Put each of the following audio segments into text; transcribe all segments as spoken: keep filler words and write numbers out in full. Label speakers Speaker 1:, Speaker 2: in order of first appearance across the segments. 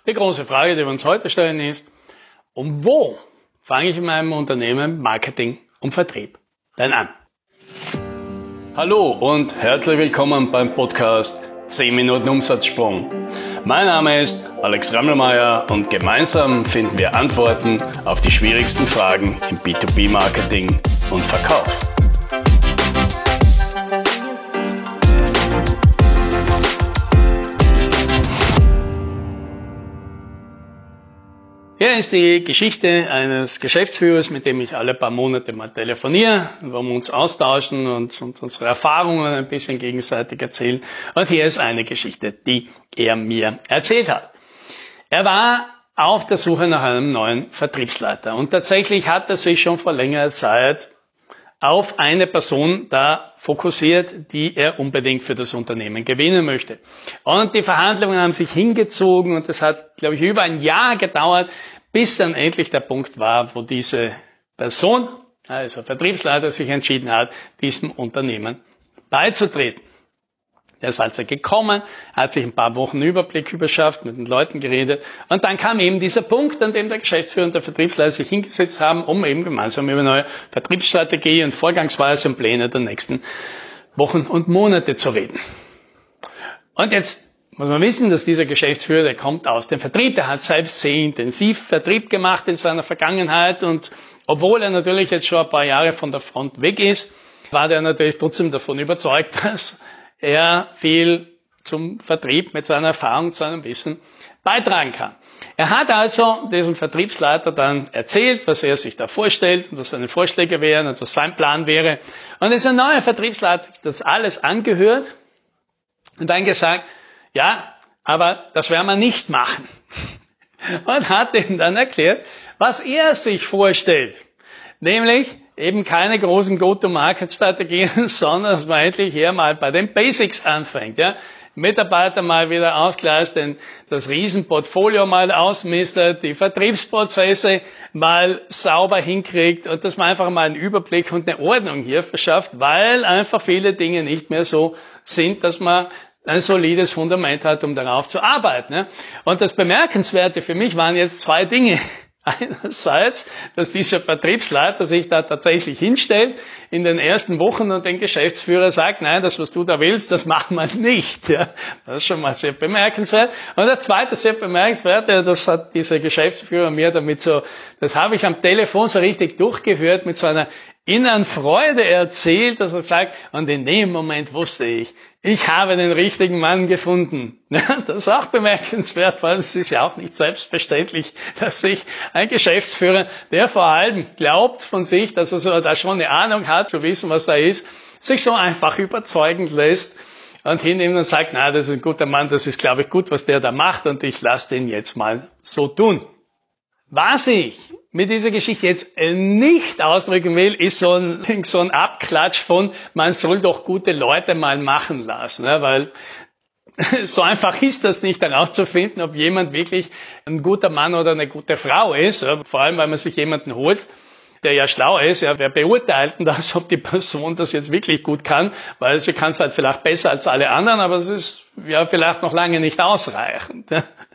Speaker 1: Die große Frage, die wir uns heute stellen, ist, und wo fange ich in meinem Unternehmen Marketing und Vertrieb denn an? Hallo und herzlich willkommen beim Podcast zehn Minuten Umsatzsprung. Mein Name ist Alex Rammelmeier und gemeinsam finden wir Antworten auf die schwierigsten Fragen im B zwei B Marketing und Verkauf. Hier ist die Geschichte eines Geschäftsführers, mit dem ich alle paar Monate mal telefoniere, wo wir uns austauschen und, und unsere Erfahrungen ein bisschen gegenseitig erzählen. Und hier ist eine Geschichte, die er mir erzählt hat. Er war auf der Suche nach einem neuen Vertriebsleiter und tatsächlich hat er sich schon vor längerer Zeit auf eine Person da fokussiert, die er unbedingt für das Unternehmen gewinnen möchte. Und die Verhandlungen haben sich hingezogen und das hat, glaube ich, über ein Jahr gedauert, bis dann endlich der Punkt war, wo diese Person, also Vertriebsleiter, sich entschieden hat, diesem Unternehmen beizutreten. Der ist also gekommen, hat sich ein paar Wochen Überblick überschafft, mit den Leuten geredet und dann kam eben dieser Punkt, an dem der Geschäftsführer und der Vertriebsleiter sich hingesetzt haben, um eben gemeinsam über neue Vertriebsstrategie und Vorgangsweise und Pläne der nächsten Wochen und Monate zu reden. Und jetzt muss man wissen, dass dieser Geschäftsführer, der kommt aus dem Vertrieb, der hat selbst sehr intensiv Vertrieb gemacht in seiner Vergangenheit und obwohl er natürlich jetzt schon ein paar Jahre von der Front weg ist, war der natürlich trotzdem davon überzeugt, dass er viel zum Vertrieb mit seiner Erfahrung, seinem Wissen beitragen kann. Er hat also diesem Vertriebsleiter dann erzählt, was er sich da vorstellt und was seine Vorschläge wären und was sein Plan wäre. Und dieser neue Vertriebsleiter hat das alles angehört und dann gesagt, ja, aber das werden wir nicht machen. Und hat ihm dann erklärt, was er sich vorstellt. Nämlich eben keine großen Go-to-Market-Strategien, sondern dass man endlich hier mal bei den Basics anfängt. Ja? Mitarbeiter mal wieder ausgleicht, denn das Riesenportfolio mal ausmistet, die Vertriebsprozesse mal sauber hinkriegt und dass man einfach mal einen Überblick und eine Ordnung hier verschafft, weil einfach viele Dinge nicht mehr so sind, dass man ein solides Fundament hat, um darauf zu arbeiten. Und das Bemerkenswerte für mich waren jetzt zwei Dinge. Einerseits, dass dieser Vertriebsleiter sich da tatsächlich hinstellt in den ersten Wochen und den Geschäftsführer sagt, nein, das, was du da willst, das machen wir nicht. Ja, das ist schon mal sehr bemerkenswert. Und das Zweite sehr bemerkenswerte, das hat dieser Geschäftsführer mir damit so, das habe ich am Telefon so richtig durchgehört, mit so einer inneren Freude erzählt, dass er sagt, und in dem Moment wusste ich, ich habe den richtigen Mann gefunden. Ja, das ist auch bemerkenswert, weil es ist ja auch nicht selbstverständlich, dass sich ein Geschäftsführer, der vor allem glaubt von sich, dass er so da schon eine Ahnung hat, zu wissen, was da ist, sich so einfach überzeugen lässt und hinnimmt und sagt, na, das ist ein guter Mann, das ist, glaube ich, gut, was der da macht und ich lasse den jetzt mal so tun. Was ich mit dieser Geschichte jetzt nicht ausdrücken will, ist so ein, so ein Abklatsch von, man soll doch gute Leute mal machen lassen, ne? Weil so einfach ist das nicht herauszufinden, ob jemand wirklich ein guter Mann oder eine gute Frau ist, vor allem, weil man sich jemanden holt, der ja schlau ist. Ja, wer beurteilt denn das, ob die Person das jetzt wirklich gut kann, weil sie kann es halt vielleicht besser als alle anderen, aber es ist ja vielleicht noch lange nicht ausreichend.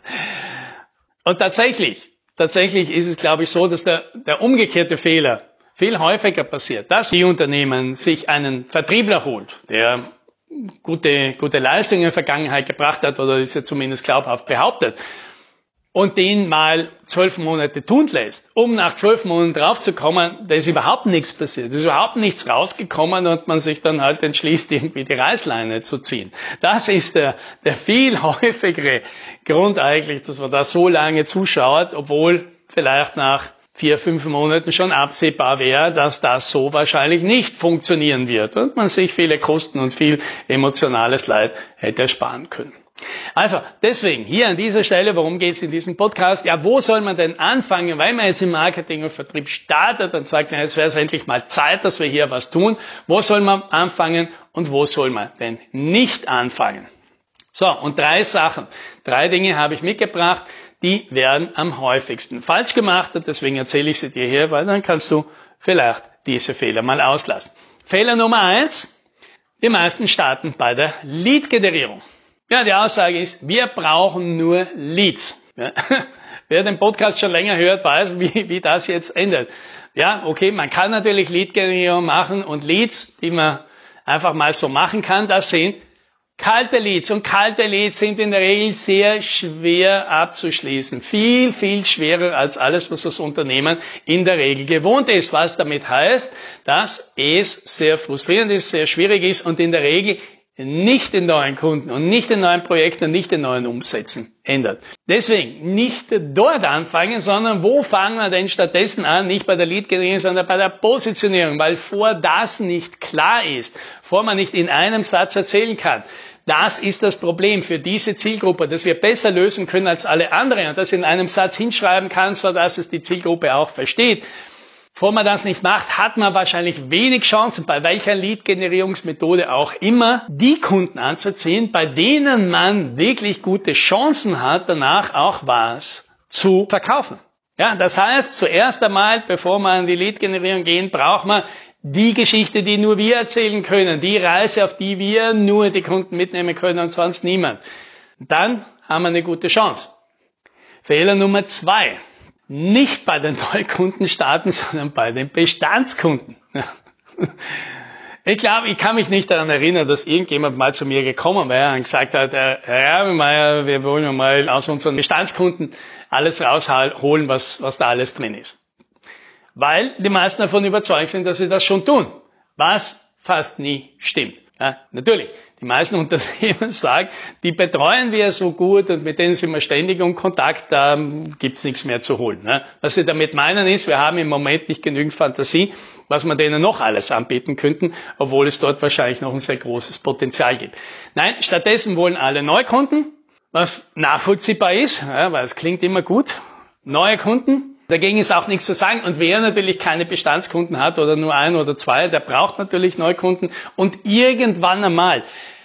Speaker 1: Und tatsächlich, Tatsächlich ist es, glaube ich, so, dass der, der umgekehrte Fehler viel häufiger passiert, dass die Unternehmen sich einen Vertriebler holt, der gute, gute Leistungen in der Vergangenheit gebracht hat oder ist ja zumindest glaubhaft behauptet und den mal zwölf Monate tun lässt, um nach zwölf Monaten draufzukommen, da ist überhaupt nichts passiert, da ist überhaupt nichts rausgekommen und man sich dann halt entschließt, irgendwie die Reißleine zu ziehen. Das ist der, der viel häufigere Grund eigentlich, dass man da so lange zuschaut, obwohl vielleicht nach vier, fünf Monaten schon absehbar wäre, dass das so wahrscheinlich nicht funktionieren wird und man sich viele Kosten und viel emotionales Leid hätte ersparen können. Also deswegen, hier an dieser Stelle, worum geht es in diesem Podcast? Ja, wo soll man denn anfangen, weil man jetzt im Marketing und Vertrieb startet und sagt, na, jetzt wäre es endlich mal Zeit, dass wir hier was tun. Wo soll man anfangen und wo soll man denn nicht anfangen? So, und drei Sachen, drei Dinge habe ich mitgebracht, die werden am häufigsten falsch gemacht und deswegen erzähle ich sie dir hier, weil dann kannst du vielleicht diese Fehler mal auslassen. Fehler Nummer eins, die meisten starten bei der Lead-Generierung. Ja, die Aussage ist, wir brauchen nur Leads. Ja. Wer den Podcast schon länger hört, weiß, wie, wie das jetzt endet. Ja, okay, man kann natürlich Lead-Generierung machen und Leads, die man einfach mal so machen kann, das sind kalte Leads. Und kalte Leads sind in der Regel sehr schwer abzuschließen. Viel, viel schwerer als alles, was das Unternehmen in der Regel gewohnt ist. Was damit heißt, dass es sehr frustrierend ist, sehr schwierig ist und in der Regel nicht in neuen Kunden und nicht in neuen Projekten und nicht in neuen Umsätzen ändert. Deswegen nicht dort anfangen, sondern wo fangen wir denn stattdessen an? Nicht bei der Lead-Generierung, sondern bei der Positionierung, weil vor das nicht klar ist, vor man nicht in einem Satz erzählen kann. Das ist das Problem für diese Zielgruppe, dass wir besser lösen können als alle anderen und das in einem Satz hinschreiben kann, sodass es die Zielgruppe auch versteht. Bevor man das nicht macht, hat man wahrscheinlich wenig Chancen, bei welcher Lead-Generierungsmethode auch immer, die Kunden anzuziehen, bei denen man wirklich gute Chancen hat, danach auch was zu verkaufen. Ja, das heißt, zuerst einmal, bevor man an die Lead-Generierung geht, braucht man die Geschichte, die nur wir erzählen können, die Reise, auf die wir nur die Kunden mitnehmen können und sonst niemand. Dann haben wir eine gute Chance. Fehler Nummer zwei. Nicht bei den Neukunden starten, sondern bei den Bestandskunden. Ich glaube, ich kann mich nicht daran erinnern, dass irgendjemand mal zu mir gekommen wäre und gesagt hat, Herr Erbenmeier, wir wollen mal aus unseren Bestandskunden alles rausholen, was, was da alles drin ist. Weil die meisten davon überzeugt sind, dass sie das schon tun, was fast nie stimmt. Ja, natürlich. Die meisten Unternehmen sagen, die betreuen wir so gut und mit denen sind wir ständig in Kontakt, da gibt's nichts mehr zu holen. Ne? Was sie damit meinen ist, wir haben im Moment nicht genügend Fantasie, was wir denen noch alles anbieten könnten, obwohl es dort wahrscheinlich noch ein sehr großes Potenzial gibt. Nein, stattdessen wollen alle Neukunden, was nachvollziehbar ist, ja, weil es klingt immer gut, neue Kunden. Dagegen ist auch nichts zu sagen. Und wer natürlich keine Bestandskunden hat oder nur ein oder zwei, der braucht natürlich Neukunden. Und irgendwann einmal,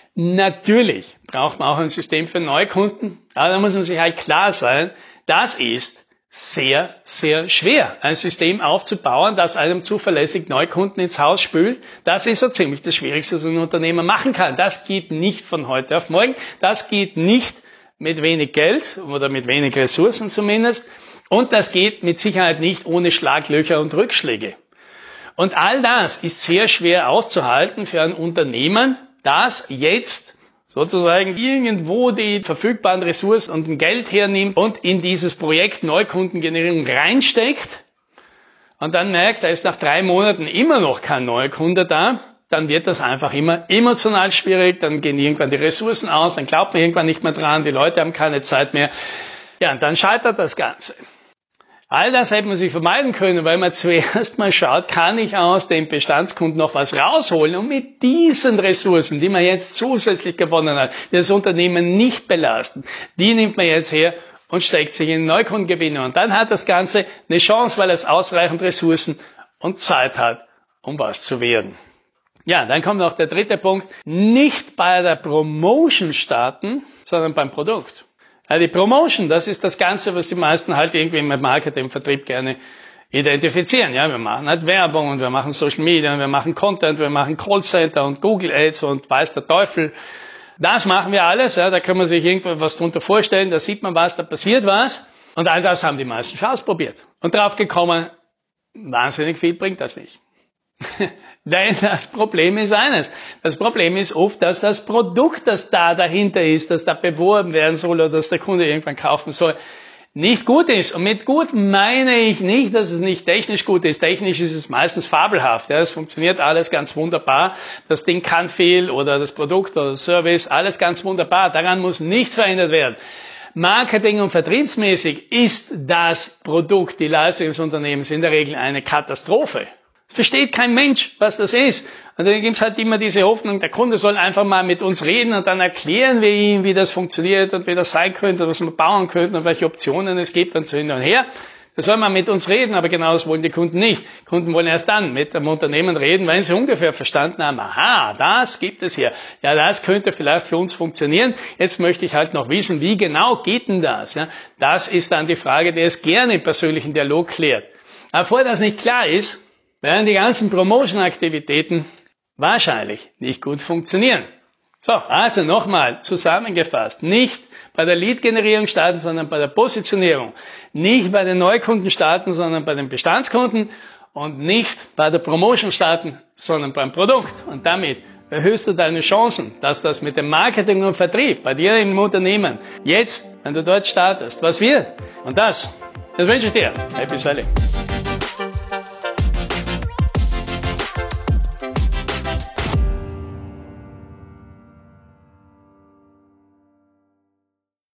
Speaker 1: natürlich braucht man auch ein System für Neukunden. Aber da muss man sich halt klar sein, das ist sehr, sehr schwer, ein System aufzubauen, das einem zuverlässig Neukunden ins Haus spült. Das ist so ziemlich das Schwierigste, was ein Unternehmer machen kann. Das geht nicht von heute auf morgen. Das geht nicht mit wenig Geld oder mit wenig Ressourcen zumindest. Und das geht mit Sicherheit nicht ohne Schlaglöcher und Rückschläge. Und all das ist sehr schwer auszuhalten für ein Unternehmen, das jetzt sozusagen irgendwo die verfügbaren Ressourcen und Geld hernimmt und in dieses Projekt Neukundengenerierung reinsteckt und dann merkt, da ist nach drei Monaten immer noch kein neuer Kunde da, dann wird das einfach immer emotional schwierig, dann gehen irgendwann die Ressourcen aus, dann glaubt man irgendwann nicht mehr dran, die Leute haben keine Zeit mehr. Ja, und dann scheitert das Ganze. All das hätte man sich vermeiden können, weil man zuerst mal schaut, kann ich aus dem Bestandskunden noch was rausholen und mit diesen Ressourcen, die man jetzt zusätzlich gewonnen hat, die das Unternehmen nicht belasten, die nimmt man jetzt her und steckt sich in Neukundengewinne. Und dann hat das Ganze eine Chance, weil es ausreichend Ressourcen und Zeit hat, um was zu werden. Ja, dann kommt noch der dritte Punkt. Nicht bei der Promotion starten, sondern beim Produkt. Ja, die Promotion, das ist das Ganze, was die meisten halt irgendwie mit Marketing, Vertrieb gerne identifizieren. Ja, wir machen halt Werbung und wir machen Social Media und wir machen Content, wir machen Callcenter und Google Ads und weiß der Teufel. Das machen wir alles. Ja, da kann man sich irgendwas drunter vorstellen, da sieht man was, da passiert was. Und all das haben die meisten schon ausprobiert. Und drauf gekommen, wahnsinnig viel bringt das nicht. Denn das Problem ist eines. Das Problem ist oft, dass das Produkt, das da dahinter ist, das da beworben werden soll oder das der Kunde irgendwann kaufen soll, nicht gut ist. Und mit gut meine ich nicht, dass es nicht technisch gut ist. Technisch ist es meistens fabelhaft. Ja, es funktioniert alles ganz wunderbar. Das Ding kann viel oder das Produkt oder das Service, alles ganz wunderbar. Daran muss nichts verändert werden. Marketing- und vertriebsmäßig ist das Produkt, die Leistung des Unternehmens in der Regel eine Katastrophe. Versteht kein Mensch, was das ist. Und dann gibt's halt immer diese Hoffnung, der Kunde soll einfach mal mit uns reden und dann erklären wir ihm, wie das funktioniert und wie das sein könnte, was wir bauen könnten und welche Optionen es gibt und so hin und her. Da soll man mit uns reden, aber genau das wollen die Kunden nicht. Die Kunden wollen erst dann mit dem Unternehmen reden, wenn sie ungefähr verstanden haben, aha, das gibt es hier. Ja, das könnte vielleicht für uns funktionieren. Jetzt möchte ich halt noch wissen, wie genau geht denn das? Ja, das ist dann die Frage, die es gerne im persönlichen Dialog klärt. Aber vorher das nicht klar ist, werden die ganzen Promotion-Aktivitäten wahrscheinlich nicht gut funktionieren. So, also nochmal zusammengefasst. Nicht bei der Lead-Generierung starten, sondern bei der Positionierung. Nicht bei den Neukunden starten, sondern bei den Bestandskunden und nicht bei der Promotion starten, sondern beim Produkt. Und damit erhöhst du deine Chancen, dass das mit dem Marketing und Vertrieb bei dir im Unternehmen jetzt, wenn du dort startest, was wird. Und das, das wünsche ich dir. Happy Selling.